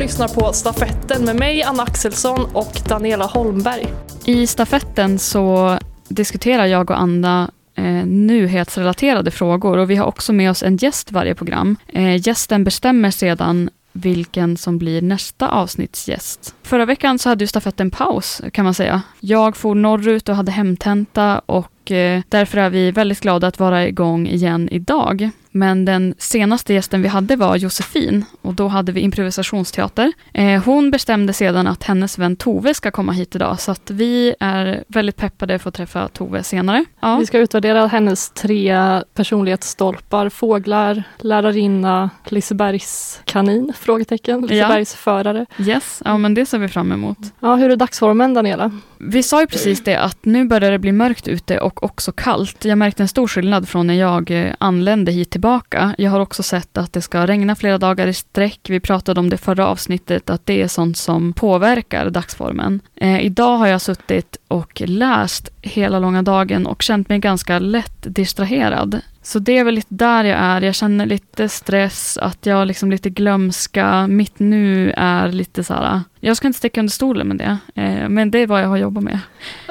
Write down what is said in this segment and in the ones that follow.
lyssnar på Stafetten med mig, Anna Axelsson och Daniela Holmberg. I Stafetten så diskuterar jag och Anna nyhetsrelaterade frågor, och vi har också med oss en gäst varje program. Gästen bestämmer sedan vilken som blir nästa avsnittsgäst. Förra veckan så hade ju Stafetten paus, kan man säga. Jag for norrut och hade hemtenta, och därför är vi väldigt glada att vara igång igen idag. Men den senaste gästen vi hade var Josefin, och då hade vi improvisationsteater. Hon bestämde sedan att hennes vän Tove ska komma hit idag, så att vi är väldigt peppade för att träffa Tove senare. Ja. Vi ska utvärdera hennes 3 personlighetsstolpar: fåglar, lärarinna, Lisebergs kanin, frågetecken, Lisebergs förare. Yes, ja, men det ser vi fram emot. Ja, hur är dagsformen, Daniela? Vi sa ju precis det, att nu börjar det bli mörkt ute och också kallt. Jag märkte en stor skillnad från när jag anlände hit tillbaka. Jag har också sett att det ska regna flera dagar i sträck. Vi pratade om det förra avsnittet, att det är sånt som påverkar dagsformen. Idag har jag suttit och läst hela långa dagen och känt mig ganska lätt distraherad. Så det är väl lite där jag är. Jag känner lite stress, att jag liksom lite glömska. Mitt nu är lite så här. Jag ska inte sticka under stolen med det. Men det är vad jag har jobbat med.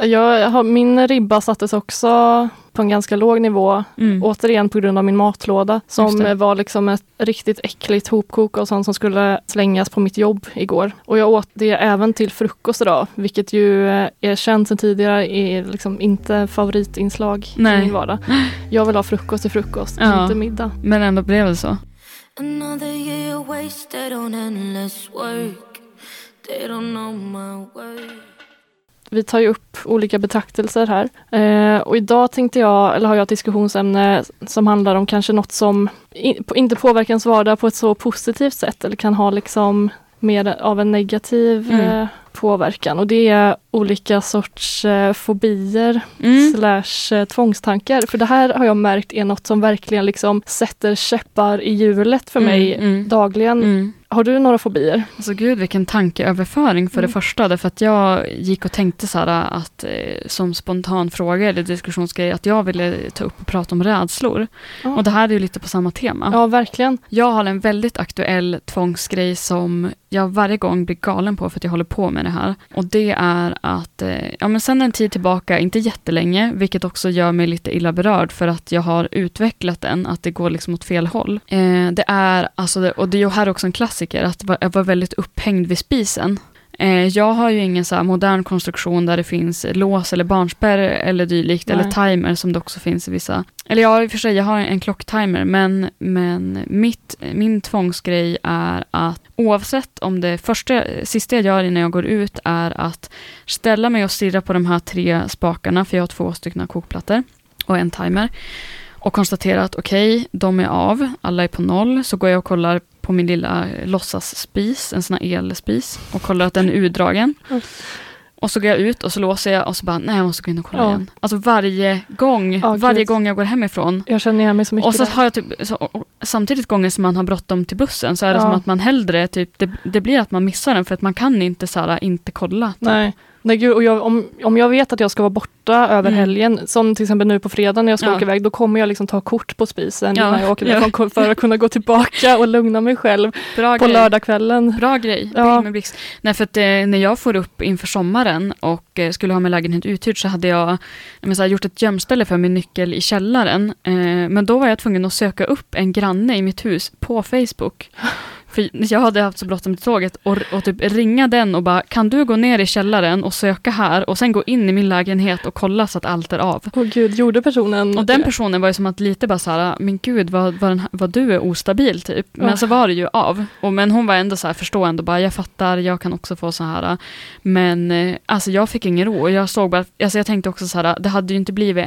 Min ribba sattes också på en ganska låg nivå. Återigen på grund av min matlåda. Som var liksom ett riktigt äckligt hopkok och sånt som skulle slängas på mitt jobb igår. Och jag åt det även till frukost idag. Vilket ju är känt sedan tidigare, är liksom inte favoritinslag i min vardag. Jag vill ha frukost till frukost, inte middag. Men ändå blev det så. Another year wasted on endless work. They don't know my way. Vi tar ju upp olika betraktelser här. Och idag har jag ett diskussionsämne som handlar om kanske något som inte påverkar ens vardag på ett så positivt sätt, eller kan ha liksom mer av en negativ påverkan. Och det är olika sorts fobier / tvångstankar. För det här har jag märkt är något som verkligen liksom sätter käppar i hjulet för mig dagligen. Har du några fobier? Alltså gud, vilken tankeöverföring för det första. Därför att jag gick och tänkte så här att som spontan fråga eller diskussionsgrej att jag ville ta upp och prata om rädslor. Och det här är ju lite på samma tema. Ja, verkligen. Jag har en väldigt aktuell tvångsgrej som jag varje gång blir galen på för att jag håller på med det här. Och det är att men sen en tid tillbaka, inte jättelänge, vilket också gör mig lite illa berörd för att jag har utvecklat den, att det går liksom åt fel håll. Det är alltså, och det är ju här också en klassiker, att jag var väldigt upphängd vid spisen. Jag har ju ingen så här modern konstruktion där det finns lås eller barnspärr eller dylikt, eller timer som det också finns i vissa. Eller i och för sig, jag har en klocktimer, men min tvångsgrej är att oavsett om det sista jag gör innan jag går ut är att ställa mig och stirra på de här 3 spakarna, för jag har 2 stycken kokplattor och en timer, och konstatera att okej, de är av, alla är på 0, så går jag och kollar på min lilla låtsasspis, en sån här elspis, och kollar att den är utdragen. Och så går jag ut och så låser jag och så bara, nej, jag måste gå in och kolla igen. Alltså varje gång jag går hemifrån. Jag känner igen mig så mycket. Och så har jag typ, samtidigt gånger som man har bråttom till bussen, så är det som att man hellre, typ, det blir att man missar den för att man kan inte så här, inte kolla. Typ. Nej gud, och om jag vet att jag ska vara borta över helgen, som till exempel nu på fredag när jag ska åka iväg, då kommer jag liksom ta kort på spisen när jag åker därifrån för att kunna gå tillbaka och lugna mig själv på lördagskvällen. Bra grej. Nej, för att när jag får upp inför sommaren och skulle ha min lägenhet uthyrd, så hade jag gjort ett gömställe för min nyckel i källaren. Men då var jag tvungen att söka upp en granne i mitt hus på Facebook. För jag hade haft så bråttom till tåget och typ ringa den och bara, kan du gå ner i källaren och söka här och sen gå in i min lägenhet och kolla så att allt är av. Åh gud, gjorde personen? Och den personen var ju som att lite bara så här, men gud vad du är ostabil typ. Men så var det ju av. Men hon var ändå så här förstående och bara, jag fattar, jag kan också få så här. Men alltså jag fick ingen ro och jag såg bara, alltså jag tänkte också så här, det hade ju inte blivit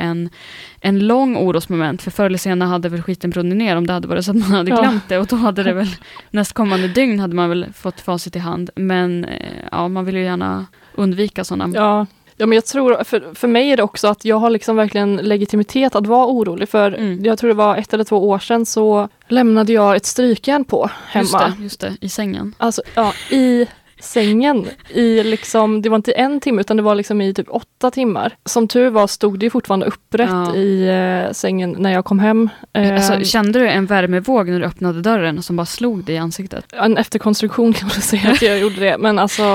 en lång orosmoment, för förr eller senare hade väl skiten brunnit ner om det hade varit så att man hade glömt det, och då hade det väl nästkommande dygn hade man väl fått facit i hand, men man vill ju gärna undvika sådana. Ja, men jag tror, för mig är det också att jag har liksom verkligen legitimitet att vara orolig, för jag tror det var 1 eller 2 år sedan så lämnade jag ett strykjärn på hemma. Just det, i sängen. Alltså, i sängen i liksom, det var inte 1 timme utan det var liksom i typ 8 timmar. Som tur var stod det fortfarande upprätt i sängen när jag kom hem. Alltså, kände du en värmevåg när du öppnade dörren som bara slog dig i ansiktet? En efterkonstruktion kan man säga att jag gjorde det. Men alltså,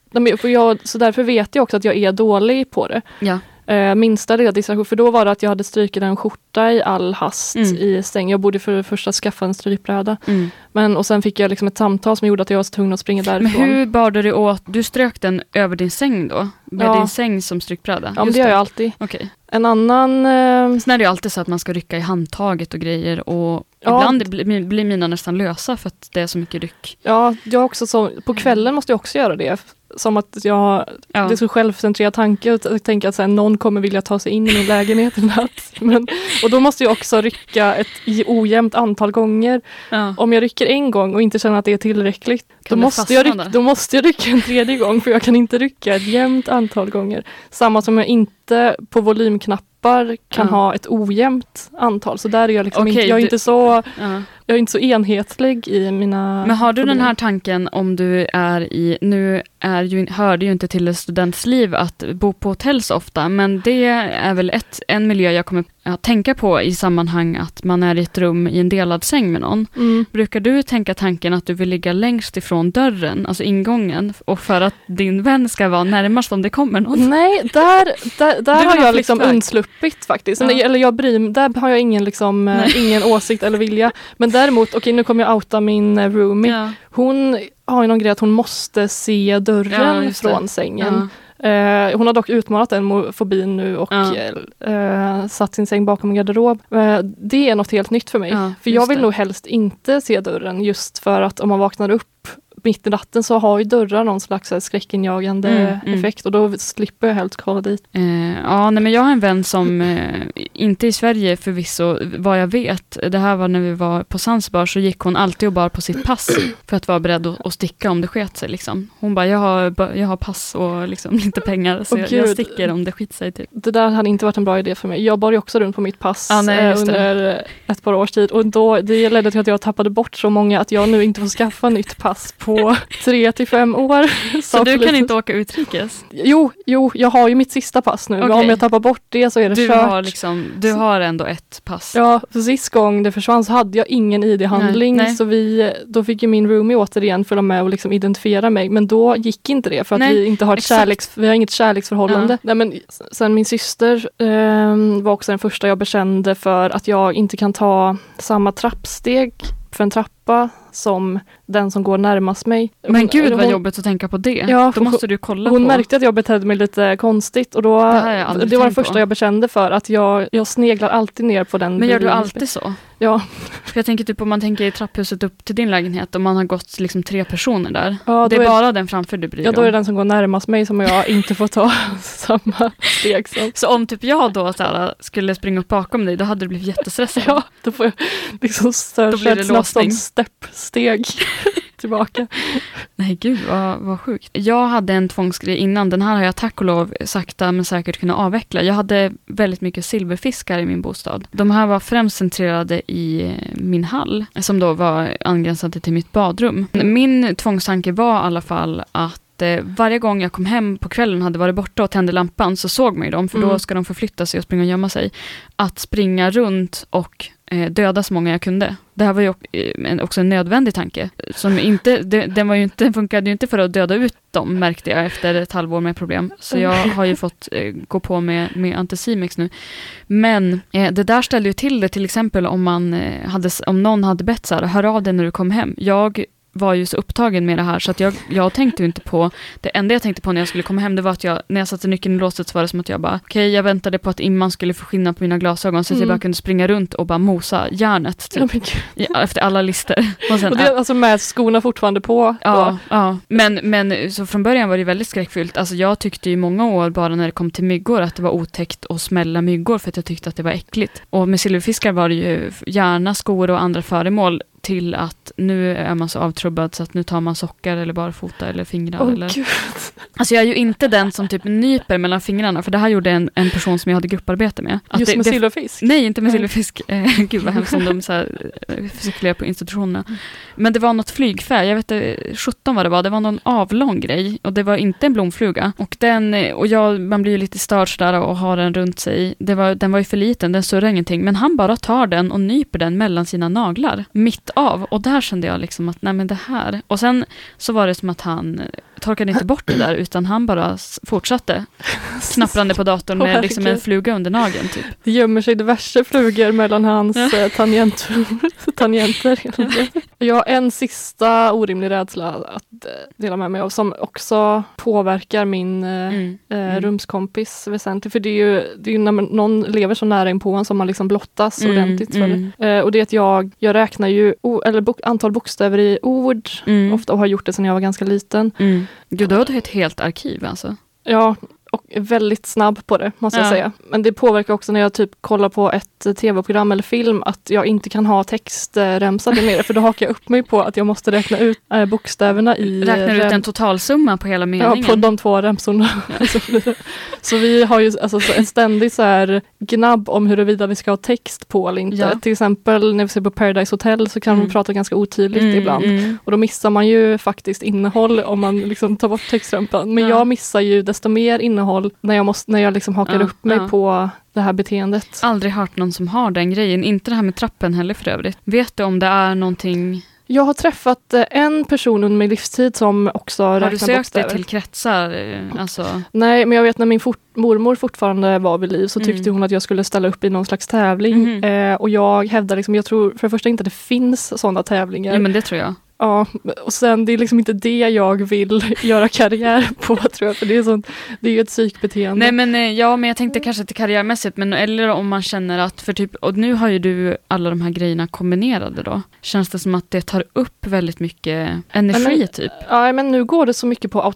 så därför vet jag också att jag är dålig på det. Ja. Minsta lilla distraktion, för då var det att jag hade strykit en skjorta i all hast i säng. Jag borde för det första skaffa en strykbräda. Och sen fick jag liksom ett samtal som gjorde att jag var så tvungen att springa därifrån. Men hur bar du det åt? Du strök den över din säng då? Med din säng som strykbräda? Ja, men det gör jag alltid. Okay. En annan... Sen är det ju alltid så att man ska rycka i handtaget och grejer och ibland blir mina nästan lösa för att det är så mycket ryck. Ja, jag också så, på kvällen måste jag också göra det. Som att det är så självcentrerad tanke och tänka att så här, någon kommer vilja ta sig in i min lägenhet en natt. Och då måste jag också rycka ett ojämnt antal gånger. Ja. Om jag rycker en gång och inte känner att det är tillräckligt, då måste jag rycka en tredje gång, för jag kan inte rycka ett jämnt antal gånger. Samma som jag inte på volymknappar kan ha ett ojämnt antal. Så där är jag liksom jag är inte så... Jag är inte så enhetlig i mina... Men har du den här tanken om du är i... Nu hör det ju inte till ett studentsliv att bo på hotell så ofta, men det är väl en miljö jag kommer att tänka på i sammanhang att man är i ett rum i en delad säng med någon. Brukar du tänka tanken att du vill ligga längst ifrån dörren, alltså ingången, och för att din vän ska vara närmast om det kommer någon? Nej, där har jag liksom undsluppit faktiskt. Ja. Eller där har jag ingen åsikt eller vilja. Men däremot, nu kommer jag outa min roomie. Ja. Hon har ju någon grej att hon måste se dörren från sängen. Ja. Hon har dock utmanat den fobin nu och satt sin säng bakom en garderob. Det är något helt nytt för mig. Ja, för jag vill nog helst inte se dörren, just för att om man vaknar upp mitt i natten så har ju dörrar någon slags skräckinjagande effekt, och då slipper jag helt kolla dit. Men jag har en vän som inte i Sverige förvisso, vad jag vet, det här var när vi var på Zanzibar, så gick hon alltid och bar på sitt pass för att vara beredd att sticka om det sket sig liksom. Hon bara, jag har pass och liksom lite pengar, så jag sticker om det skit sig typ. Det där hade inte varit en bra idé för mig. Jag bar ju också runt på mitt pass under ett par års tid, och det ledde till att jag tappade bort så många att jag nu inte får skaffa nytt pass på 3 till 5 år. Så du kan inte åka utrikes? Jo, jag har ju mitt sista pass nu. Okay. Om jag tappar bort det så är det kört. Du har ändå ett pass. Ja, för sist gång det försvann så hade jag ingen ID-handling. Nej. Så då fick ju min roomie återigen följa med och liksom identifiera mig. Men då gick inte det för att vi inte har vi har inget kärleksförhållande. Ja. Nej, men sen min syster var också den första jag bekände för att jag inte kan ta samma trappsteg för en trappa som den som går närmast mig. Men gud vad jobbigt att tänka på det. Ja, då måste du kolla hon märkte att jag betedde mig lite konstigt, och då det var det första jag bekände för, att jag sneglar alltid ner på den. Men gör du alltid så? Ja. För jag tänker typ om man tänker i trapphuset upp till din lägenhet och man har gått liksom 3 personer där. Ja, det är bara den framför du bryr dig om. Ja, då är det den som går närmast mig som jag inte får ta samma steg som. Så om typ jag då skulle springa upp bakom dig, då hade du blivit jättestressad. Ja, då får jag liksom snabbt steppsteg tillbaka. Nej gud, vad sjukt. Jag hade en tvångsgrej innan. Den här har jag tack och lov sakta men säkert kunnat avveckla. Jag hade väldigt mycket silverfiskar i min bostad. De här var främst centrerade i min hall, som då var angränsande till mitt badrum. Min tvångstanke var i alla fall att varje gång jag kom hem på kvällen, hade varit borta och tände lampan, så såg man ju dem, för då ska de förflytta sig och springa och gömma sig. Att springa runt och döda så många jag kunde. Det här var ju också en nödvändig tanke. Som den funkade ju inte för att döda ut dem, märkte jag efter ett halvår med problem. Så jag har ju fått gå på med Anticimex nu. Men det där ställde ju till det, till exempel om någon hade bett så här, hör av dig när du kom hem. Jag var ju så upptagen med det här så att jag tänkte ju inte på, det enda jag tänkte på när jag skulle komma hem, det var att när jag satte nyckeln i låset så var det som att jag bara, jag väntade på att Imman skulle få skina på mina glasögon så att jag bara kunde springa runt och bara mosa järnet typ, efter alla lister. Och det är alltså med skorna fortfarande på? Ja. Men så från början var det väldigt skräckfyllt. Alltså jag tyckte ju många år bara när det kom till myggor att det var otäckt att smälla myggor, för att jag tyckte att det var äckligt. Och med silverfiskar var det ju gärna skor och andra föremål till att nu är man så avtrubbad så att nu tar man sockar eller bara fota eller fingrar. Gud. Alltså jag är ju inte den som typ nyper mellan fingrarna, för det här gjorde en person som jag hade grupparbete med. Att Just med silverfisk? Nej, inte med silverfisk. Gud vad hemskt som de så här, cyklar på institutionerna. Men det var något flygfärg, jag vet inte, 17 vad det var någon avlång grej och det var inte en blomfluga. Och man blir ju lite störd där och har den runt sig. Den var ju för liten, den surrar ingenting, men han bara tar den och nyper den mellan sina naglar, mitt av. Och där kände jag liksom att nej men det här. Och sen så var det som att han torkade inte bort det där, utan han bara fortsatte knapprande på datorn med liksom en fluga under nageln typ. Det gömmer sig diverse flugor mellan hans tangenter. Jag har en sista orimlig rädsla att dela med mig av som också påverkar min rumskompis väsentligt. För det är ju när någon lever så nära in på en som man liksom blottas ordentligt för det. Och det är att jag räknar ju antal bokstäver i ord ofta och har gjort det sedan jag var ganska liten. Gud, du har ett helt arkiv alltså. Ja, och är väldigt snabb på det, måste jag säga. Men det påverkar också när jag typ kollar på ett tv-program eller film att jag inte kan ha textremsade med det, för då hakar jag upp mig på att jag måste räkna ut bokstäverna i... Räknar ut en totalsumma på hela meningen? Ja, på de 2 remsorna. Så vi har ju alltså en ständig så här gnabb om huruvida vi ska ha text på eller inte. Ja. Till exempel när vi ser på Paradise Hotel så kan de prata ganska otydligt ibland. Och då missar man ju faktiskt innehåll om man liksom tar bort textrempan. Men jag missar ju desto mer innehåll när jag liksom hakar upp mig på det här beteendet. Aldrig hört någon som har den grejen. Inte det här med trappen heller för övrigt. Vet du om det är någonting... Jag har träffat en person under min livstid som också räknar bokstäver. Har du sökt dig till kretsar? Alltså... Nej, men jag vet när min mormor fortfarande var vid liv så tyckte hon att jag skulle ställa upp i någon slags tävling. Och jag hävdar liksom, jag tror för det första inte att det finns sådana tävlingar. Ja, men det tror jag. Ja, och sen det är liksom inte det jag vill göra karriär på, tror jag, för det är ju ett psykbeteende. Nej, men jag tänkte kanske till karriärmässigt, men eller om man känner att för typ, och nu har ju du alla de här grejerna kombinerade då. Känns det som att det tar upp väldigt mycket energi typ? Ja, men nu går det så mycket på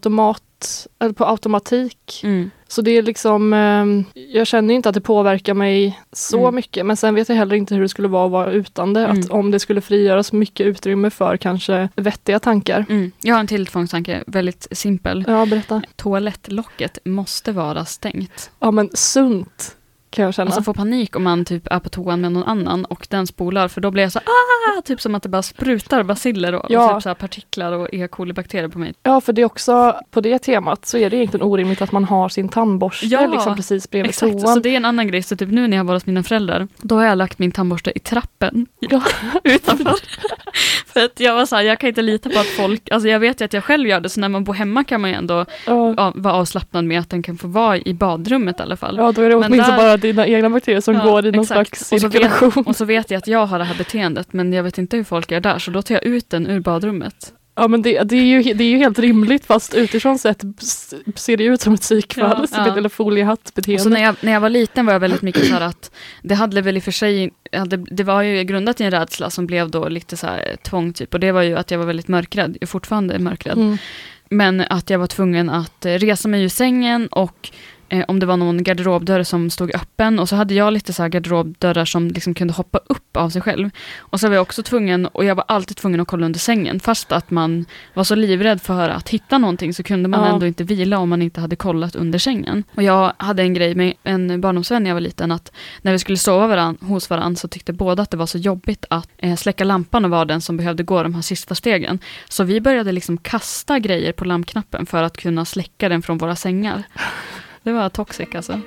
automatik. Så det är liksom, jag känner inte att det påverkar mig så mycket, men sen vet jag heller inte hur det skulle vara utan det. Att om det skulle frigöras mycket utrymme för kanske vettiga tankar. Jag har en till tvångstanke, väldigt simpel. Ja, berätta. Toalettlocket måste vara stängt. Ja, men sunt. Kan jag känna. Alltså få panik om man typ är på toan med någon annan och den spolar, för då blir jag så typ som att det bara sprutar baciller och typ så här partiklar och E. coli-bakterier på mig. Ja, för det är också på det temat så är det egentligen orimligt att man har sin tandborste liksom precis bredvid toan. Så det är en annan grej. Så typ nu när jag var hos mina föräldrar, då har jag lagt min tandborste i trappen utanför. För att jag var så här, jag kan inte lita på att folk, alltså jag vet ju att jag själv gör det, så när man bor hemma kan man ju ändå vara avslappnad med att den kan få vara i badrummet i alla fall. Ja, då är det åtminstone bara dina egna bakterier som går i någon slags cirkulation. Och så vet jag att jag har det här beteendet, men jag vet inte hur folk gör där, så då tar jag ut den ur badrummet. Ja, men det är ju helt rimligt, fast utifrån sett ser det ut som ett psykfall eller foliehattbeteende. Så när jag var liten var jag väldigt mycket så här att det hade väl i och för sig, det var ju grundat i en rädsla som blev då lite så här tvång typ, och det var ju att jag var väldigt mörkrädd, jag är fortfarande mörkrädd. Men att jag var tvungen att resa mig ur sängen och om det var någon garderobdörr som stod öppen, och så hade jag lite så här garderobdörrar som liksom kunde hoppa upp av sig själv. Och så var jag också tvungen, och jag var alltid tvungen att kolla under sängen, fast att man var så livrädd för att hitta någonting så kunde man ändå inte vila om man inte hade kollat under sängen. Och jag hade en grej med en barndomsvän när jag var liten, att när vi skulle sova hos varann så tyckte båda att det var så jobbigt att släcka lampan och vara den som behövde gå de här sista stegen. Så vi började liksom kasta grejer på lampknappen för att kunna släcka den från våra sängar. Det var toxic alltså.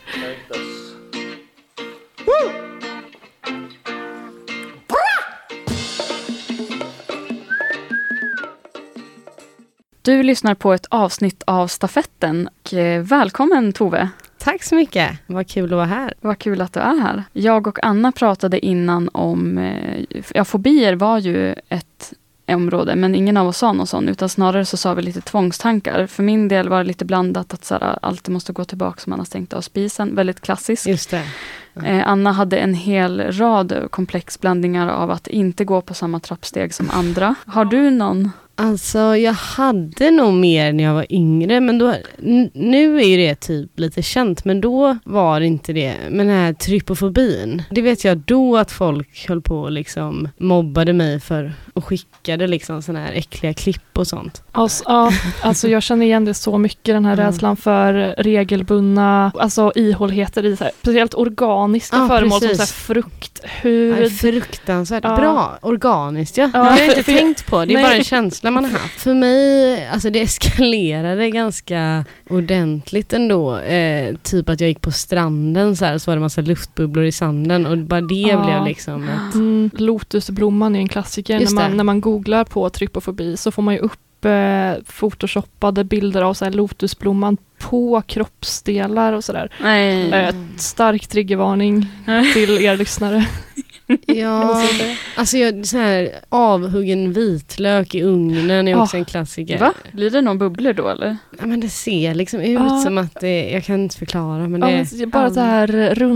Du lyssnar på ett avsnitt av Stafetten. Och välkommen Tove. Tack så mycket. Vad kul att vara här. Vad kul att du är här. Jag och Anna pratade innan om... fobier var ju ett område, men ingen av oss sa någon sån, utan snarare så sa vi lite tvångstankar. För min del var det lite blandat att så här, alltid måste gå tillbaka som man har stängt av spisen. Väldigt klassiskt. Just det. Anna hade en hel rad komplex blandningar av att inte gå på samma trappsteg som andra. Har du någon Alltså jag hade nog mer när jag var yngre, men då, nu är ju det typ lite känt, men då var det inte det. Men den här trypofobin, det vet jag då att folk höll på och liksom mobbade mig för och skickade liksom såna här äckliga klipp och sånt. Alltså jag känner igen det så mycket, den här rädslan för regelbundna ihåligheter i så här, speciellt organiska föremål, precis. Som så här frukt, hud. Fruktansvärt bra, organiskt ja. Det har jag inte tänkt på, det är bara en känsla man har haft. För mig, alltså det eskalerade ganska ordentligt ändå. Typ att jag gick på stranden så var det massa luftbubblor i sanden och bara det blev liksom Lotusblomman är en klassiker. När man googlar på trypofobi så får man ju upp photoshoppade bilder av så här lotusblomman på kroppsdelar och sådär. Stark triggervarning till er lyssnare. Ja, alltså så här avhuggen vitlök i ugnen är också en klassiker. Va? Blir det någon bubblor då eller? Ja, men det ser liksom ut som att det, jag kan inte förklara, men det är bara så här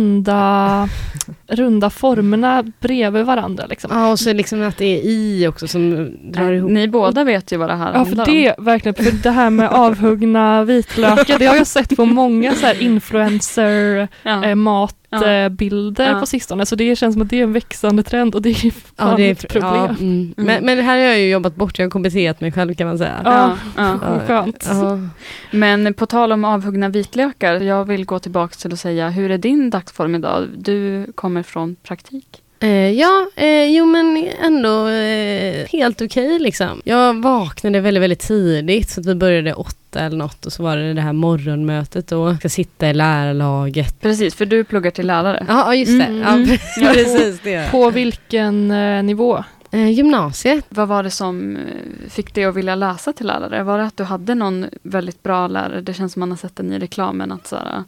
runda formerna bredvid varandra liksom. Ja, och så liksom att det är i också som drar ihop. Ni båda vet ju vad det här handlar om. Ja, för det verkligen, för det här med avhuggna vitlökar, det har jag sett på många så här influencer matbilder på sistone, så det känns som att det är en växande trend och det är fan ett problem. Men det här har jag ju jobbat bort, jag har kompenserat mig själv kan man säga. Skönt. Men på tal om avhuggna vitlökar, jag vill gå tillbaka till att säga, hur är din dagsform idag? Du kommer från praktik. Men ändå helt okej liksom. Jag vaknade väldigt, väldigt tidigt, så att vi började 8 eller något, och så var det här morgonmötet då. Jag ska sitta i lärarlaget. Precis, för du pluggar till lärare. Ja, just det. Ja, precis det. På vilken nivå? Gymnasiet. Vad var det som fick dig att vilja läsa till lärare? Var det att du hade någon väldigt bra lärare? Det känns som man har sett den i reklamen att såhär...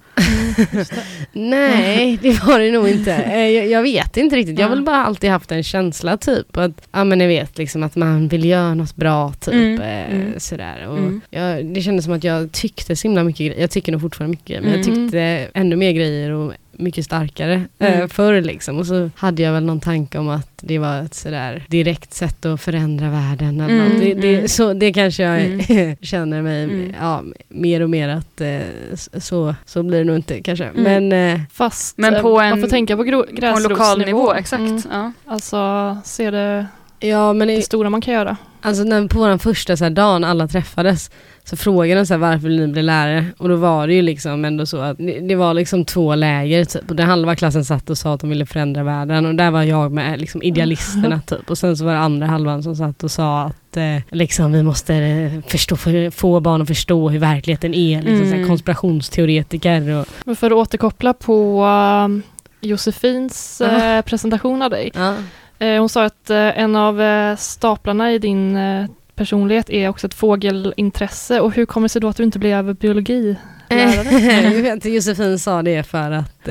Nej, det var det nog inte. Jag vet inte riktigt. Jag har väl bara alltid haft en känsla typ att, men jag vet liksom att man vill göra något bra typ sådär. Och det kändes som att jag tyckte så himla mycket grejer. Jag tycker nog fortfarande mycket, men jag tyckte ännu mer grejer och mycket starkare förr liksom. Och så hade jag väl någon tanke om att det var ett sådär direkt sätt att förändra världen eller så det kanske jag känner mig mer och mer att så blir det nog inte kanske. Men på man får tänka på gräsrotsnivå. På lokal nivå, exakt. Alltså se det det stora man kan göra. Alltså på vår första så här dagen alla träffades, så frågade de så här, varför vill ni bli lärare? Och då var det ju liksom ändå så att det var liksom 2 läger typ. Och den halva klassen satt och sa att de ville förändra världen. Och där var jag med liksom idealisterna typ. Och sen så var det andra halvan som satt och sa att liksom vi måste få barn att förstå hur verkligheten är. Liksom så här konspirationsteoretiker. Och men för att återkoppla på Josefins presentation av dig. Hon sa att en av staplarna i din personlighet är också ett fågelintresse. Och hur kommer det sig då att du inte blev biologilärare? Jag vet inte, Josefin sa det för att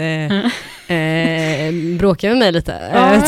bråka med mig lite.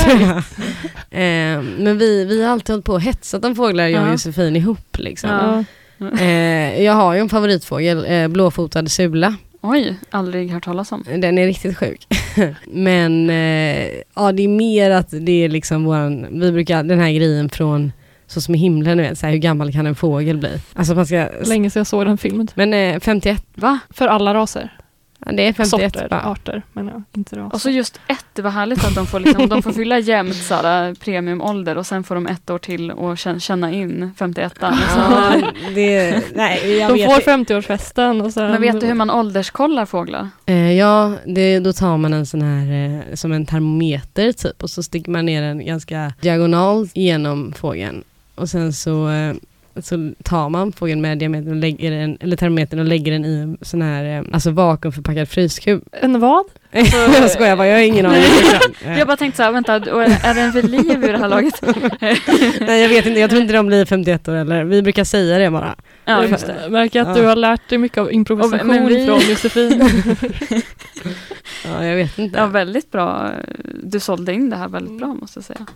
Men vi har alltid hållit på och hetsat om fåglar, jag och Josefin ihop liksom. Jag har ju en favoritfågel, blåfotad sula. Oj, aldrig hört talas om. Den är riktigt sjuk. Men det är mer att det är liksom vi brukar, den här grejen från Så som i himlen, nu vet, så här, hur gammal kan en fågel bli? Alltså man ska... Länge sedan jag såg den filmen. Men 51. Va? För alla raser. Ja, det är 51 arter, men inte raser. Och så just det var härligt att de får fylla jämnt såhär premiumålder och sen får de 1 år till och känna in 51. Ja, de får 50-årsfesten och sen... Men vet du hur man ålderskollar fåglar? Då tar man en sån här som en termometer typ, och så sticker man ner den ganska diagonalt genom fågeln. Och sen så tar man fågeln med diametern och lägger den, eller termometern, och lägger den i en sån här vakuumförpackad fryskub. En vad? Jag skojar bara, jag har ingen aning. Jag bara tänkte så här, vänta, är den vid liv i det här laget? Nej, jag vet inte, jag tror inte de blir 51 år, eller vi brukar säga det bara. Ja, just det. Jag märker att du har lärt dig mycket av improvisation från Josefin. Ja, jag vet inte. Ja, väldigt bra. Du sålde in det här väldigt bra, måste jag säga.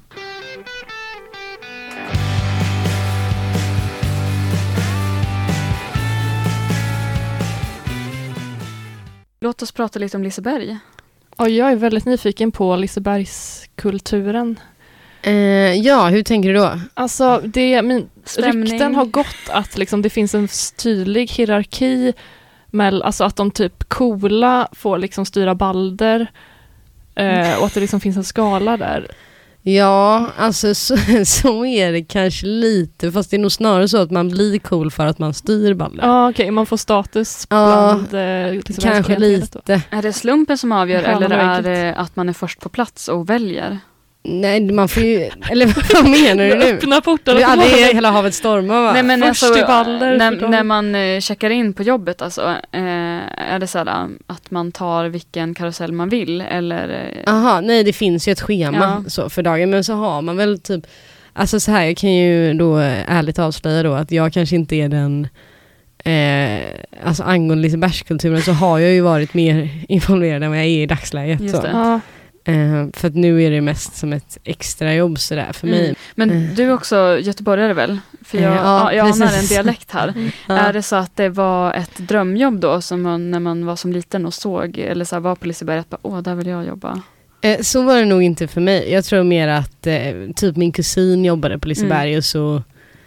Låt oss prata lite om Liseberg. Ja, jag är väldigt nyfiken på Lisebergskulturen. Ja, hur tänker du då? Alltså, rykten har gått att liksom, det finns en tydlig hierarki alltså att de typ coola får liksom styra Balder och att det liksom finns en skala där. Ja, alltså så är det kanske lite, fast det är nog snarare så att man blir cool för att man styr Balder. Ja, okej, man får status bland liksom kanske lite. Då. Är det slumpen som avgör eller är det att man är först på plats och väljer? Nej, man får ju... Eller vad menar du nu? Öppna portarna. Det är aldrig hela havet stormar, va? Nej, men först alltså, i Balder. När man checkar in på jobbet, alltså, är det så här att man tar vilken karusell man vill? Eller? Aha, nej, det finns ju ett schema så för dagen. Men så har man väl typ... Alltså så här, jag kan ju då ärligt avslöja då att jag kanske inte är den... alltså angående Lisebergskulturen så har jag ju varit mer involverad än vad jag är i dagsläget. Just så. det. Ja. För att nu är det mest som ett extra jobb sådär för mig. Men du är också göteborgare väl? För jag anar en dialekt här. Är det så att det var ett drömjobb då som när man var som liten och såg eller så här, var på Liseberg att där vill jag jobba? Så var det nog inte för mig. Jag tror mer att typ min kusin jobbade på Liseberg och så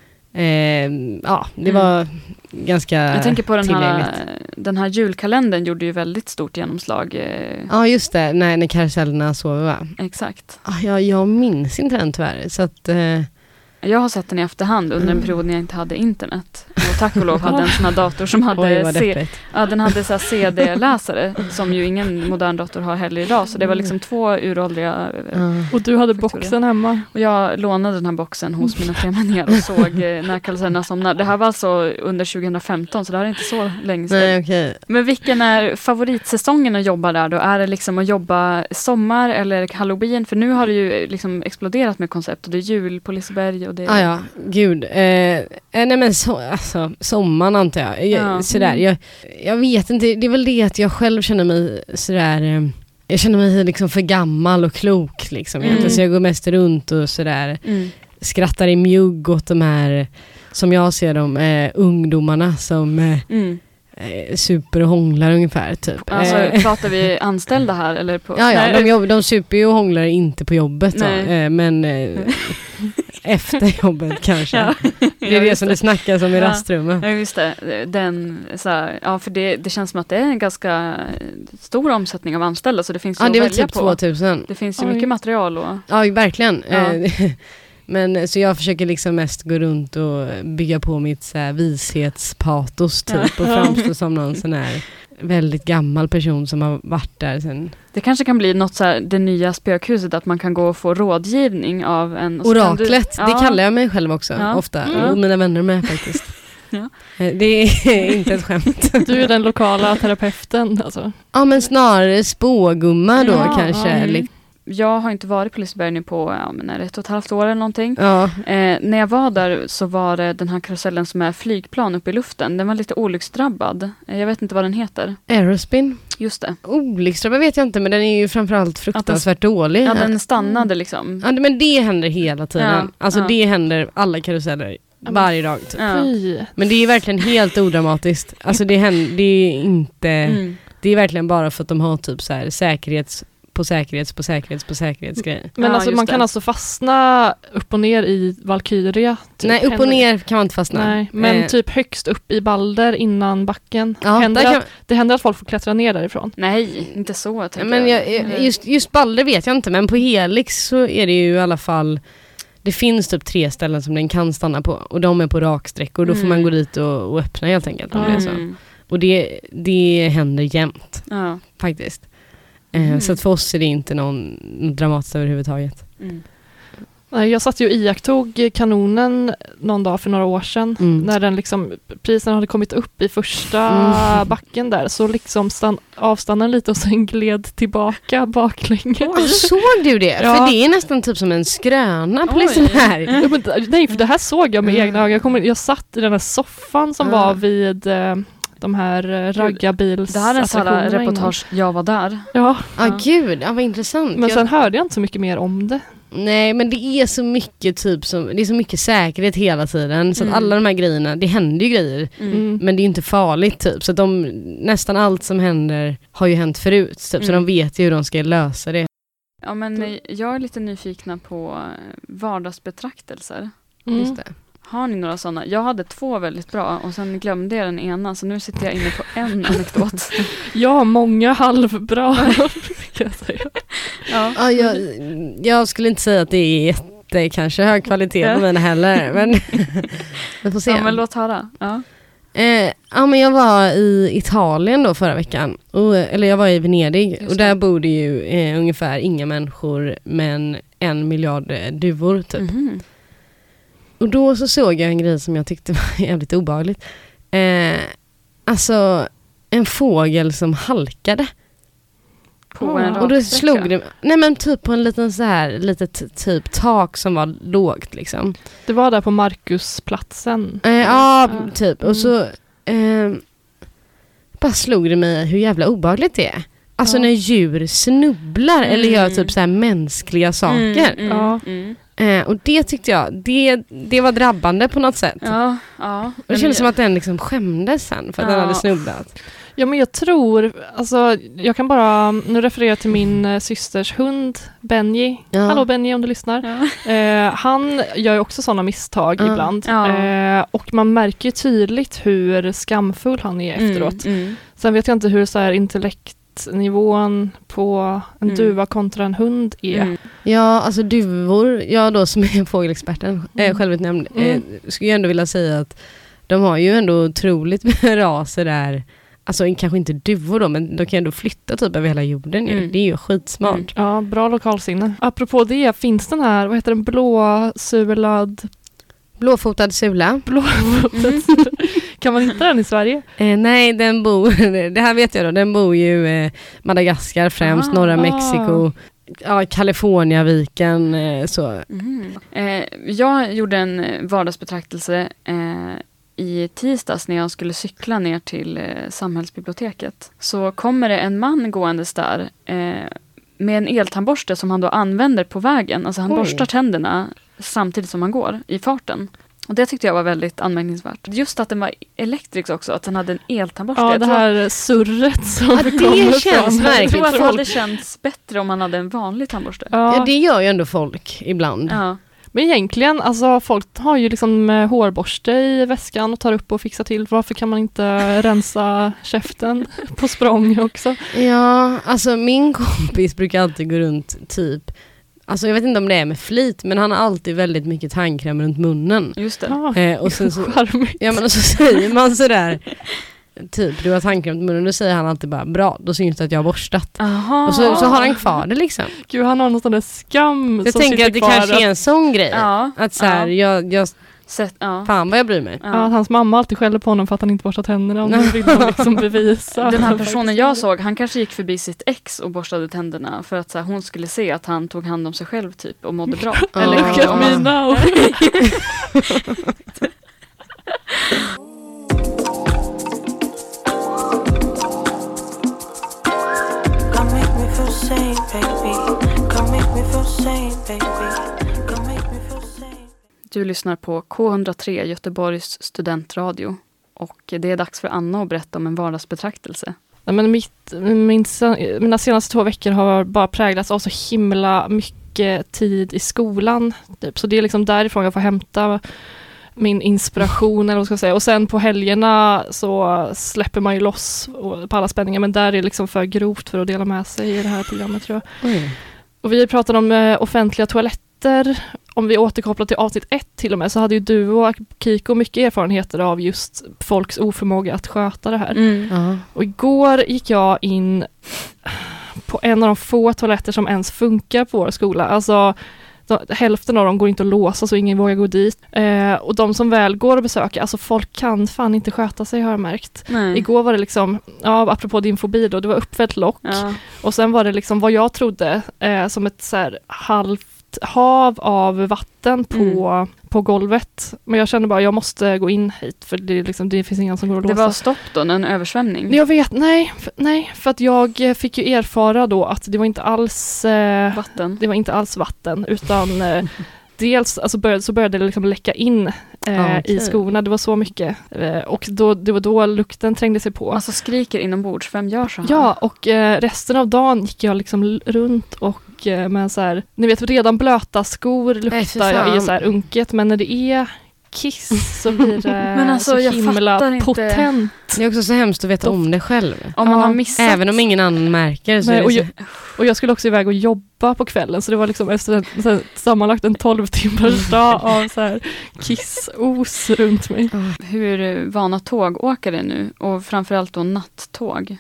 det var ganska jag tänker på den här julkalendern gjorde ju väldigt stort genomslag. Ja, just det. När karusellerna sover, va? Exakt. Jag minns inte den tyvärr. Så att, jag har sett den i efterhand under en period när jag inte hade internet. Och tack och lov hade en sån här dator som hade den hade så här CD-läsare som ju ingen modern dator har heller idag. Så det var liksom 2 uråldriga Och du hade faktorer. boxen hemma. Och jag lånade den här boxen hos mina 3 män och såg när karusellerna somnar. Det här var alltså under 2015 så det här är inte så länge sedan. Nej, okay. Men vilken är favoritsäsongen att jobba där då? Är det liksom att jobba sommar eller halloween? För nu har det ju liksom exploderat med koncept och det är jul på Liseberg och det är... Ja, gud. Nej men sommaren antar jag. Sådär. Jag vet inte, det är väl det att jag själv känner mig sådär... Jag känner mig liksom för gammal och klok liksom. Så jag går mest runt och sådär skrattar i mjugg åt de här, som jag ser dem, ungdomarna som super och hånglar ungefär typ. Alltså pratar vi anställda här eller på? Ja, de super ju och hånglar inte på jobbet då, men efter jobbet kanske. Det är det som det snackas om i rastrummet. Ja, just det. För det känns som att det är en ganska stor omsättning av anställda så det finns ju att det är väl välja typ på. 2000. Det finns ju mycket material och... Ja, verkligen. Men så jag försöker liksom mest gå runt och bygga på mitt så här vishetspatos typ och framstå som någon sån här väldigt gammal person som har varit där sen. Det kanske kan bli något så här, det nya spökhuset att man kan gå och få rådgivning av en... Oraklet, det kallar jag mig själv också ofta och mina vänner med faktiskt. Det är inte ett skämt. Du är den lokala terapeuten alltså. Ja, men snarare spågumma då kanske. Jag har inte varit på Liseberg nu på 1,5 år eller någonting. När jag var där så var det den här karusellen som är flygplan uppe i luften. Den var lite olycksdrabbad. Jag vet inte vad den heter. Aerospin. Just det. Olycksdrabbad vet jag inte, men den är ju framförallt fruktansvärt dålig. Ja, den stannade liksom. Ja, men det händer hela tiden. Det händer alla karuseller varje dag typ. Men det är verkligen helt odramatiskt. Alltså det är inte... Det är verkligen bara för att de har typ så här säkerhetsgrejer. Men alltså man kan alltså fastna upp och ner i Valkyria? Typ. Nej, upp och ner kan man inte fastna. Nej, men typ högst upp i Balder innan backen. Det händer att folk får klättra ner därifrån. Nej, inte så. Men just Balder vet jag inte, men på Helix så är det ju i alla fall... Det finns typ 3 ställen som den kan stanna på och de är på raksträckor. Då får man gå dit och öppna helt enkelt. Och det händer jämt faktiskt. Så att för oss är det inte någon dramatiskt överhuvudtaget. Jag satt ju och iakttog kanonen någon dag för några år sedan när den liksom, prisen hade kommit upp i första backen där, så liksom avstannade lite och sen gled tillbaka baklänges. Såg du det? Ja. För det är nästan typ som en skröna på liksom här. Nej, för det här såg jag med egna ögon. Jag satt i den här soffan som var vid... de här raggabils. Det här är en sån reportage, jag var där. Gud, vad intressant. Men sen hörde jag inte så mycket mer om det. Nej, men det är så mycket det är så mycket säkerhet hela tiden så att alla de här grejerna, det händer ju grejer men det är inte farligt typ, så att nästan allt som händer har ju hänt förut typ, så de vet ju hur de ska lösa det. Ja, men jag är lite nyfikna på vardagsbetraktelser. Just det. Har ni några sådana? Jag hade 2 väldigt bra och sen glömde jag den ena, så nu sitter jag inne på en anekdot. Jag har många halvbra, kan jag säga. Ja. Ja, jag skulle inte säga att det är kanske hög kvalitet på mina heller, men vi får se. Ja, men låt höra. Ja. Ja, men jag var i Italien då förra veckan. Eller jag var i Venedig. Och där bor det ju ungefär inga människor, men 1 miljard duvor typ. Mhm. Och då så såg jag en grej som jag tyckte var jävligt obehagligt. Alltså en fågel som halkade. På en Och då raksträcka. slog det, nej men typ på en liten så här, litet typ tak som var lågt liksom. Det var där på Markusplatsen. Ja, typ. Och så bara slog det mig hur jävla obehagligt det är. Alltså när djur snubblar eller gör typ så här mänskliga saker. Ja. Och det tyckte jag, det var drabbande på något sätt. Ja. Och det kändes som att den liksom skämdes sen för att den hade snubblat. Ja, men jag tror, alltså jag kan bara nu referera till min systers hund, Benji. Ja. Hallå Benji om du lyssnar. Ja. Han gör ju också sådana misstag ibland. Ja. Och man märker ju tydligt hur skamfull han är efteråt. Sen vet jag inte hur så här intellektnivån på en duva kontra en hund är. Ja, alltså duvor, jag då som är fågelexperten, självutnämnd, skulle jag ändå vilja säga att de har ju ändå otroligt raser där. Alltså kanske inte duvor då, men de kan ändå flytta typ över hela jorden. Det är ju skitsmart. Ja, bra lokalsinne. Apropå det, finns den här, vad heter den, Blåfotad sula. Kan man hitta den i Sverige? Nej, den bor, det här vet jag då, den bor ju Madagaskar främst, norra Mexiko, Kaliforniaviken, så. Jag gjorde en vardagsbetraktelse i tisdags när jag skulle cykla ner till samhällsbiblioteket. Så kommer det en man gåendes där med en eltandborste som han då använder på vägen. Alltså han borstar tänderna samtidigt som han går i farten. Och det tyckte jag var väldigt anmärkningsvärt. Just att den var elektrisk också, att den hade en eltandborste. Ja, det här surret som det kommer känns från. märkligt. Jag tror att det Folk- hade känts bättre om man hade en vanlig tandborste. Ja, det gör ju ändå folk ibland. Ja. Men egentligen, alltså folk har ju liksom hårborste i väskan och tar upp och fixar till. Varför kan man inte rensa käften på språng också? Ja, alltså min kompis brukar alltid gå runt typ, alltså jag vet inte om det är med flit, men han har alltid väldigt mycket tandkräm runt munnen. Just det. Ja, Och sen så, charmigt. ja, men och så säger man sådär typ, du har tandkräm runt munnen, då säger han alltid bara, bra, då syns det att jag har borstat. Aha. Och så har han kvar det liksom. Gud, han har någon sån där skam Jag som tänker sitter att det kvar. kanske är en sån grej. Ja. Att så här, jag fan vad jag bryr mig. Ja, att hans mamma alltid skäller på honom för att han inte borstar tänderna. Och nu vill han liksom bevisa. Den här personen jag såg, han kanske gick förbi sitt ex och borstade tänderna för att så här, hon skulle se att han tog hand om sig själv typ och mådde bra. Eller Look at me now. Come make me feel sane, baby. Come make me feel sane, baby. Come make me feel sane. Du lyssnar på K103, Göteborgs studentradio. Och det är dags för Anna att berätta om en vardagsbetraktelse. Nej, men mina senaste 2 veckor har bara präglats av så himla mycket tid i skolan. Typ. Så det är liksom därifrån jag får hämta min inspiration, eller vad ska jag säga. Och sen på helgerna så släpper man ju loss på alla spänningar, men där är det liksom för grovt för att dela med sig i det här programmet, tror jag. Och vi pratade om offentliga toaletter. Om vi återkopplar till avsnitt 1 till och med, så hade ju du och Kiko mycket erfarenheter av just folks oförmåga att sköta det här. Och igår gick jag in på en av de få toaletter som ens funkar på vår skola. Alltså hälften av dem går inte att låsa, så ingen vågar gå dit. Och de som väl går att besöka, alltså folk kan fan inte sköta sig, har jag märkt. Nej. Igår var det liksom, apropå din fobi då, det var uppfällt lock. Ja. Och sen var det liksom vad jag trodde som ett så här halvt hav av vatten på golvet. Men jag kände bara, jag måste gå in hit, för det finns ingen som går att låsa. Det var stopp då, en översvämning? Jag vet, nej, för att jag fick ju erfara då att det var inte alls Vatten? Det var inte alls vatten, utan dels alltså började det liksom läcka in i skorna. Det var så mycket. Och det var då lukten trängde sig på. Alltså skriker inombords, vem gör så här? Ja, och resten av dagen gick jag liksom runt och med så här, ni vet, redan blöta skor luktar jag är så här unket, men när det är kiss så blir det men alltså, så himla potent. Det är också så hemskt att veta om det själv. Om man har missat. Även om ingen annan märker. Så Nej, och jag skulle också iväg och jobba på kvällen, så det var liksom efter sammanlagt en 12 timmars dag av så här kissos runt mig. Hur vana tågåkare nu? Och framförallt då nattåg?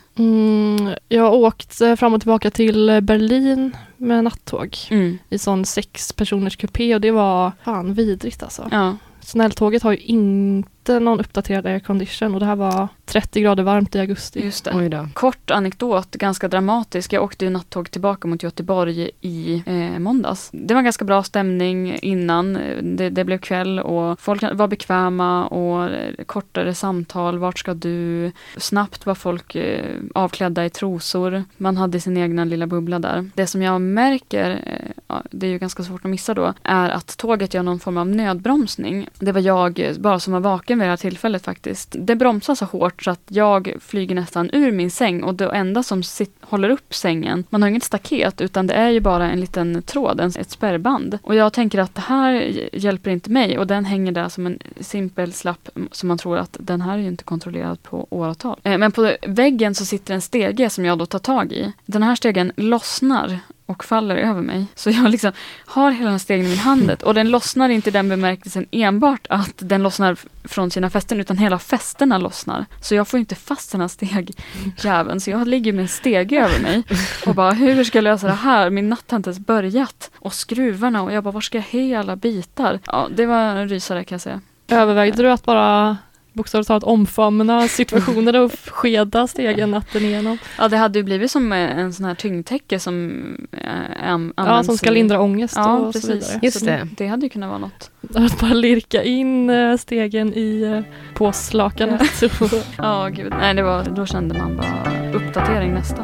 Jag har åkt fram och tillbaka till Berlin med nattåg i sån 6 personers kupé, och det var fan vidrigt alltså. Ja. Snälltåget har ju inte någon uppdaterad aircondition, och det här var 30 grader varmt i augusti. Just det. Kort anekdot, ganska dramatisk. Jag åkte ju nattåg tillbaka mot Göteborg i måndags. Det var ganska bra stämning innan. Det blev kväll och folk var bekväma och kortare samtal. Vart ska du? Snabbt var folk avklädda i trosor. Man hade sin egna lilla bubbla där. Det som jag märker, det är ju ganska svårt att missa då, är att tåget gör någon form av nödbromsning. Det var jag bara som var vaken vid det här tillfället faktiskt. Det bromsar så hårt så att jag flyger nästan ur min säng, och det enda som håller upp sängen, man har inget staket utan det är ju bara en liten tråd, ett spärrband. Och jag tänker att det här hjälper inte mig, och den hänger där som en simpel slapp som man tror att den här är ju inte kontrollerad på åratal. Men på väggen så sitter en stege som jag då tar tag i. Den här stegen lossnar och faller över mig. Så jag liksom har hela den stegen i min hand, och den lossnar inte i den bemärkelsen enbart att den lossnar från sina fästen, utan hela fästena lossnar. Så jag får inte fast den här stegjäveln, så jag ligger med en stege över mig och bara, hur ska jag lösa det här? Min natt har inte ens börjat. Och skruvarna, och jag bara, var ska jag hela bitar? Ja, det var en rysare kan jag säga. Övervägde du att bara bokstavligt talat omfamna situationer och skeda stegen natten igenom? Ja, det hade ju blivit som en sån här tyngdtäcke som används. Som ska lindra ångest och precis. Så vidare. Just så det. Det hade ju kunnat vara något. Att bara lirka in stegen i påslakanet. Ja, gud. Nej, då kände man bara uppdatering nästa.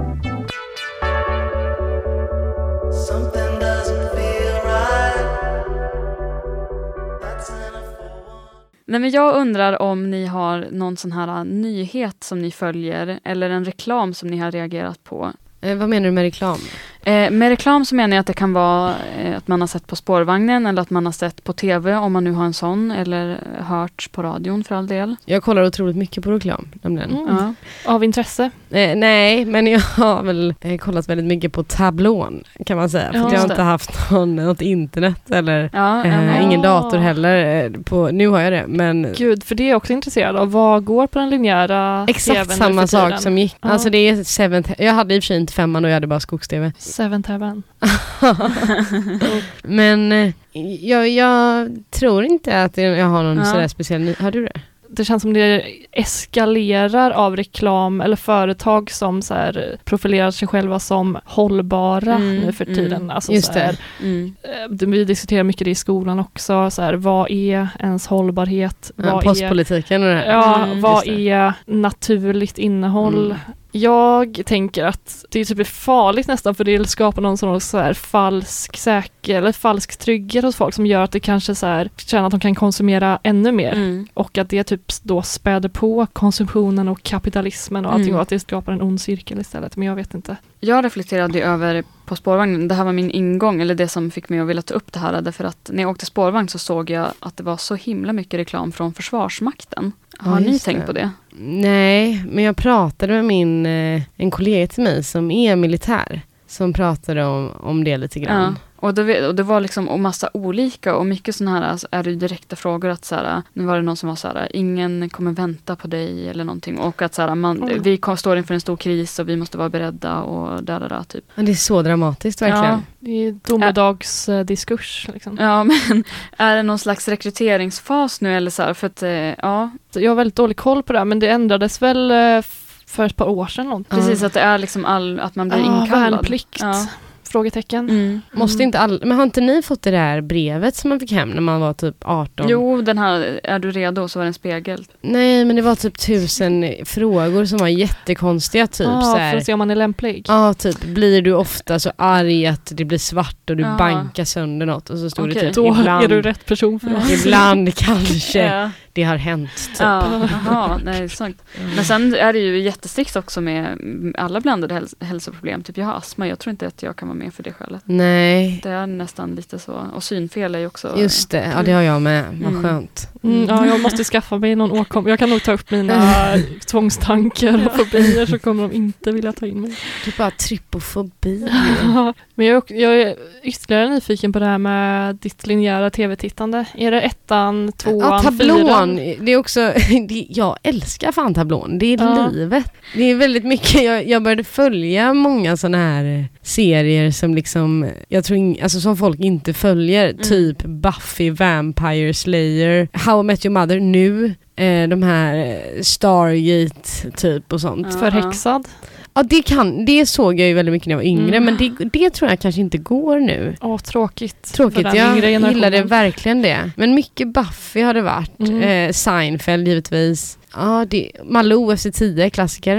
Nej, men jag undrar om ni har någon sån här nyhet som ni följer, eller en reklam som ni har reagerat på. Vad menar du med reklam? Med reklam så menar jag att det kan vara att man har sett på spårvagnen, eller att man har sett på tv om man nu har en sån, eller hört på radion för all del. Jag kollar otroligt mycket på reklam. Ja. Av intresse? Nej, men jag har väl kollat väldigt mycket på tablån, kan man säga. För jag har inte haft något internet eller ingen dator heller. Nu har jag det, men... Gud, för det är jag också intresserad av. Vad går på den linjära exakt TV:n samma sak som gick. Ja. Alltså det är 7. Jag hade i och för sig inte 5:an och jag hade bara Skogs-TV. 7th Heaven. Men jag tror inte att jag har någon sådär speciell... Har du det? Det känns som det eskalerar av reklam eller företag som så här profilerar sig själva som hållbara nu för tiden. Alltså just så här, vi diskuterar mycket det i skolan också. Så här, vad är ens hållbarhet? Postpolitiken och det här. Ja, vad är naturligt innehåll? Jag tänker att det är typ farligt nästan, för det skapar någon sån så här falsk trygghet hos folk som gör att det kanske så här känner att de kan konsumera ännu mer och att det typ då späder på konsumtionen och kapitalismen och allting och att det skapar en ond cirkel istället, men jag vet inte. Jag reflekterade över på spårvagnen, det här var min ingång, eller det som fick mig att vilja ta upp det här, därför att när jag åkte spårvagn så såg jag att det var så himla mycket reklam från Försvarsmakten. Har ni tänkt på det? Nej, men jag pratade med en kollega till mig som är militär, som pratade om det lite grann. Ja. Och det var liksom massa olika och mycket sådana här, alltså, är det direkta frågor att så här, nu var det någon som var så här, ingen kommer vänta på dig eller någonting, och att så här, vi står inför en stor kris och vi måste vara beredda och där typ. Men det är så dramatiskt verkligen. Ja, det är domedagsdiskurs liksom. Ja, men är det någon slags rekryteringsfas nu eller så här, för att ja. Jag har väldigt dålig koll på det här, men det ändrades väl för ett par år sedan. Precis, att det är liksom att man blir inkallad. Värnplikt. Ja. Frågetecken. Måste inte men har inte ni fått det där brevet som man fick hem när man var typ 18? Jo, den här, är du redo? Så var det en spegel. Nej, men det var typ 1000 frågor som var jättekonstiga typ. Så här. För att se om man är lämplig. Ja, typ. Blir du ofta så arg att det blir svart och du bankar sönder något? Och så stod det typ då ibland, är du rätt person för det. ibland kanske det har hänt typ. Jaha, nej, sant. Men sen är det ju jättestrikt också med alla blandade hälsoproblem. Typ jag har astma, jag tror inte att jag kan vara med för det skälet. Nej. Det är nästan lite så. Och synfel är ju också... Just det, ja det har jag med. Vad skönt. Ja, jag måste skaffa mig någon åkom. Jag kan nog ta upp mina tvångstankar och fobier, så kommer de inte vilja ta in mig. Du bara trypofobi. Men jag är ytterligare nyfiken på det här med ditt linjära tv-tittande. Är det 1:an, 2:an, Ja, tablån. 4:an? Det är också, jag älskar fan tablån. Det är livet. Det är väldigt mycket, jag började följa många såna här serier som liksom, jag tror alltså som folk inte följer. Typ Buffy, Vampire Slayer, How I Met Your Mother nu. De här Stargate typ och sånt. Förhäxad. Ja, det såg jag ju väldigt mycket när jag var yngre, men det tror jag kanske inte går nu. Tråkigt. Tråkigt, jag gillade verkligen det. Men mycket Buffy har det varit. Seinfeld givetvis. Ja, Malou efter 10, klassiker.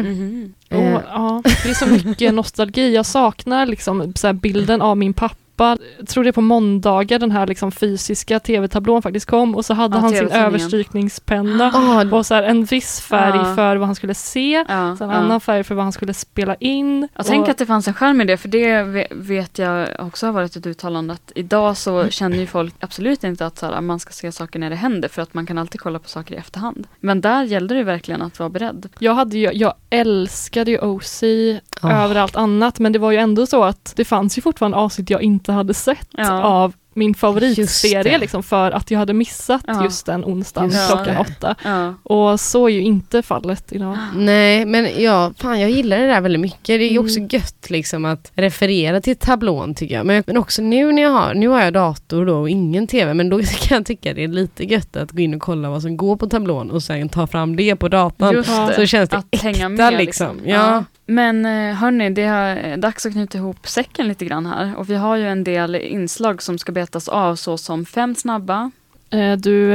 Ja, det är så mycket nostalgi. Jag saknar liksom så här bilden av min pappa. Jag tror det är på måndagar den här liksom fysiska tv-tablån faktiskt kom, och så hade han sin överstrykningspenna och så här en viss färg för vad han skulle se, så en annan färg för vad han skulle spela in. Jag tänker att det fanns en skärm i det, för det vet jag också har varit ett uttalande att idag så känner ju folk absolut inte att så här, man ska se saker när det händer, för att man kan alltid kolla på saker i efterhand. Men där gällde det verkligen att vara beredd. Jag älskade ju OC över allt annat, men det var ju ändå så att det fanns ju fortfarande avsnitt jag inte hade sett av min favoritserie liksom, för att jag hade missat just den onsdagen klockan 8. Och så är ju inte fallet idag. Nej, men jag gillar det där väldigt mycket. Det är ju också gött liksom att referera till tablån, tycker jag. Men också nu har jag dator då och ingen tv, men då kan jag tycka det är lite gött att gå in och kolla vad som går på tablån och sen ta fram det på datorn. Så känns det att hänga med liksom. Ja. Men hörni, det är dags att knyta ihop säcken lite grann här. Och vi har ju en del inslag som ska betas av, så som 5 snabba. Du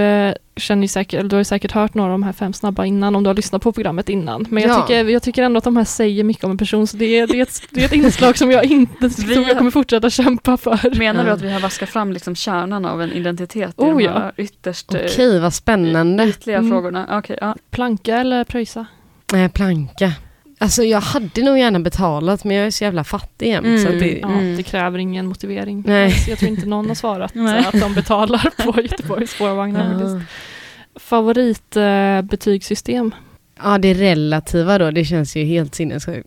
har ju säkert hört några av de här 5 snabba innan, om du har lyssnat på programmet innan. Men jag tycker ändå att de här säger mycket om en person, så det är ett inslag som jag kommer fortsätta kämpa för. Menar du att vi har vaskat fram liksom kärnan av en identitet i de här ytterst vad spännande. ytliga frågorna? Okay, Planka eller pröjsa? Planka. Alltså jag hade nog gärna betalat, men jag är så jävla fattig jämt. Så att det kräver ingen motivering. Nej. Jag tror inte någon har svarat att de betalar på Göteborgs spårvagnar. Favoritbetygssystem? Ja, det relativa då, det känns ju helt sinnessjukt.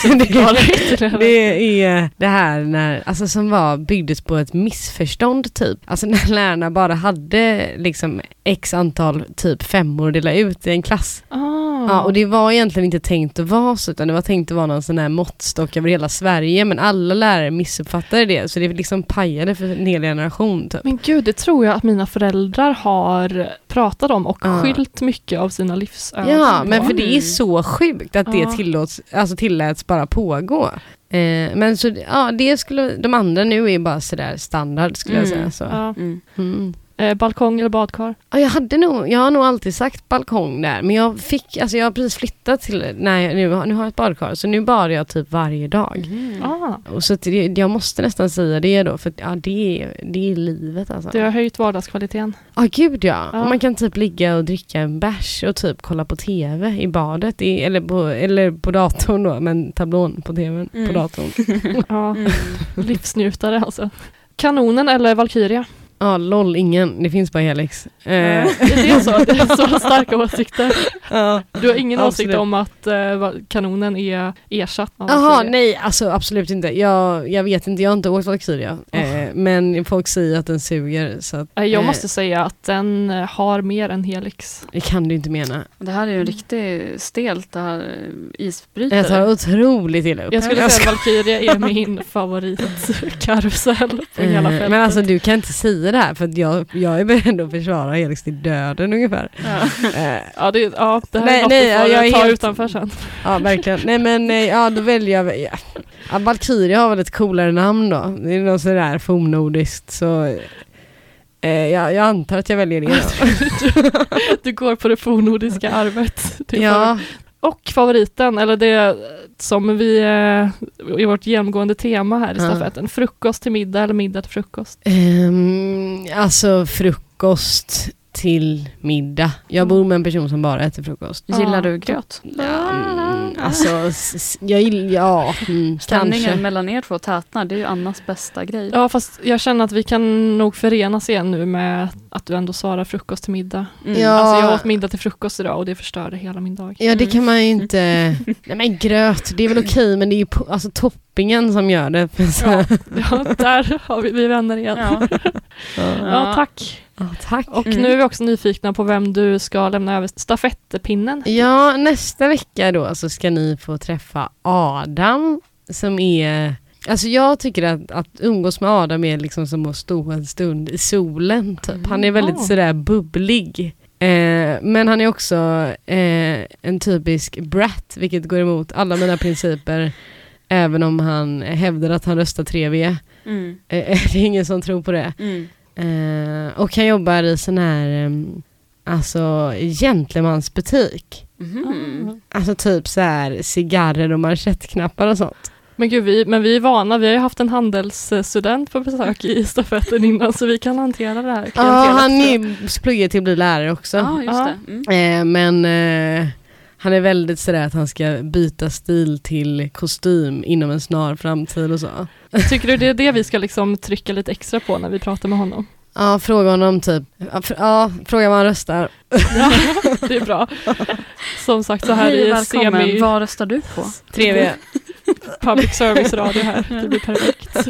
Det är det här byggdes på ett missförstånd typ. Alltså när lärarna bara hade liksom x antal typ 5 att dela ut i en klass. Ja, och det var egentligen inte tänkt att vara så, utan det var tänkt att vara någon sån här måttstock över hela Sverige, men alla lärare missuppfattade det, så det liksom pajade för en hel generation typ. Men gud, det tror jag att mina föräldrar har pratat om och skyllt mycket av sina livsöden. Ja, men för det är så sjukt att det tilläts bara pågå. Men så de andra nu är bara sådär standard, skulle jag säga så. Balkong eller badkar? Ja, jag har nog alltid sagt balkong där, men jag har precis flyttat till, nu har jag ett badkar, så nu badar jag typ varje dag. Och så jag måste nästan säga det då, för det är livet alltså. Det har höjt vardagskvaliteten. Gud ja. Och man kan typ ligga och dricka en bärs och typ kolla på tv i badet, eller på datorn då, men tablån på tvn på datorn. Livsnjutare alltså. Kanonen eller Valkyria? Ja, ingen. Det finns bara Helix. Det är så starka åsikter. Du har ingen åsikt om att kanonen är ersatt? Jaha, nej, alltså absolut inte. Jag vet inte, jag har inte åkt Valkyria. Men folk säger att den suger. Så att, jag måste säga att den har mer än Helix. Det kan du inte mena. Det här är ju riktigt stelt, det här isbrytare. Jag tar otroligt illa upp. Jag skulle säga att Valkyria är min favoritkarusell på hela fältet. Men alltså du kan inte säga säger det här för att jag är beredd att försvara Helix till döden ungefär. Ja, det här är något du får ta utanför sen. Ja, verkligen. Nej, men då väljer jag... Ja, Valkyria har väl ett coolare namn då. Det är något sådär fornnordiskt, så... jag antar att jag väljer det då. Du går på det fornnordiska arvet. Ja. Och favoriten, eller det som vi i vårt genomgående tema här i stafetten. Frukost till middag eller middag till frukost? Alltså frukost till middag. Jag bor med en person som bara äter frukost. Gillar du gröt? Alltså, Stämningen kanske. mellan er två tätnar, det är ju Annas bästa grej. Ja, fast jag känner att vi kan nog förenas igen nu med att du ändå svarar frukost till middag. Ja. Alltså jag åt middag till frukost idag och det förstörde hela min dag. Ja, det kan man ju inte... Nej, men gröt, det är väl okej, men det är ju alltså toppingen som gör det. Ja, där har vi vänner igen. Ja, tack. Ja, tack. Och nu är vi också nyfikna på vem du ska lämna över stafettpinnen. Ja, nästa vecka då så ska ni få träffa Adam som är... Alltså jag tycker att umgås med Adam är liksom som att stå en stund i solen. Typ. Han är väldigt sådär bubblig. Men han är också en typisk brat, vilket går emot alla mina principer. Även om han hävdar att han röstar 3V. Det är ingen som tror på det. Och han jobbar i sån här alltså gentlemansbutik. Alltså typ så här cigarrer och manschettknappar och sånt. Men gud, vi är vana. Vi har ju haft en handelsstudent på besök i stafetten innan, så vi kan hantera det här. Ja, han pluggar till att bli lärare också. Ja, just det. Men han är väldigt sådär att han ska byta stil till kostym inom en snar framtid och så. Tycker du det är det vi ska liksom trycka lite extra på när vi pratar med honom? Ja, fråga honom typ. Fråga vad han röstar. Ja, det är bra. Som sagt, så här i semi... Vad röstar du på? 3V. Public service radio här. Det blir perfekt.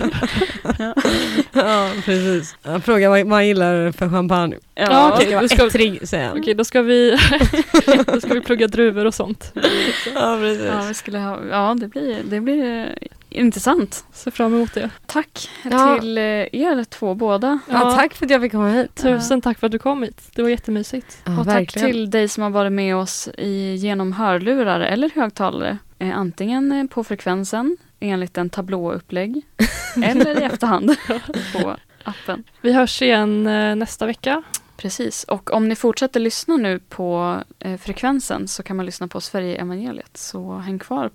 Ja, precis. Fråga vad man gillar för champagne. Ja, okej. Då ska vi plugga druvor och sånt. Ja, precis. Ja, vi skulle ha, det blir intressant. Se fram emot det. Tack till er två båda. Ja, tack för att jag fick komma hit. Tusen tack för att du kom hit. Det var jättemysigt. Ja, och tack till dig som har varit med oss genom hörlurar eller högtalare. Antingen på frekvensen enligt en tablåupplägg eller i efterhand på appen. Vi hörs igen nästa vecka. Precis, och om ni fortsätter lyssna nu på frekvensen så kan man lyssna på Sverige Evangeliet. Så häng kvar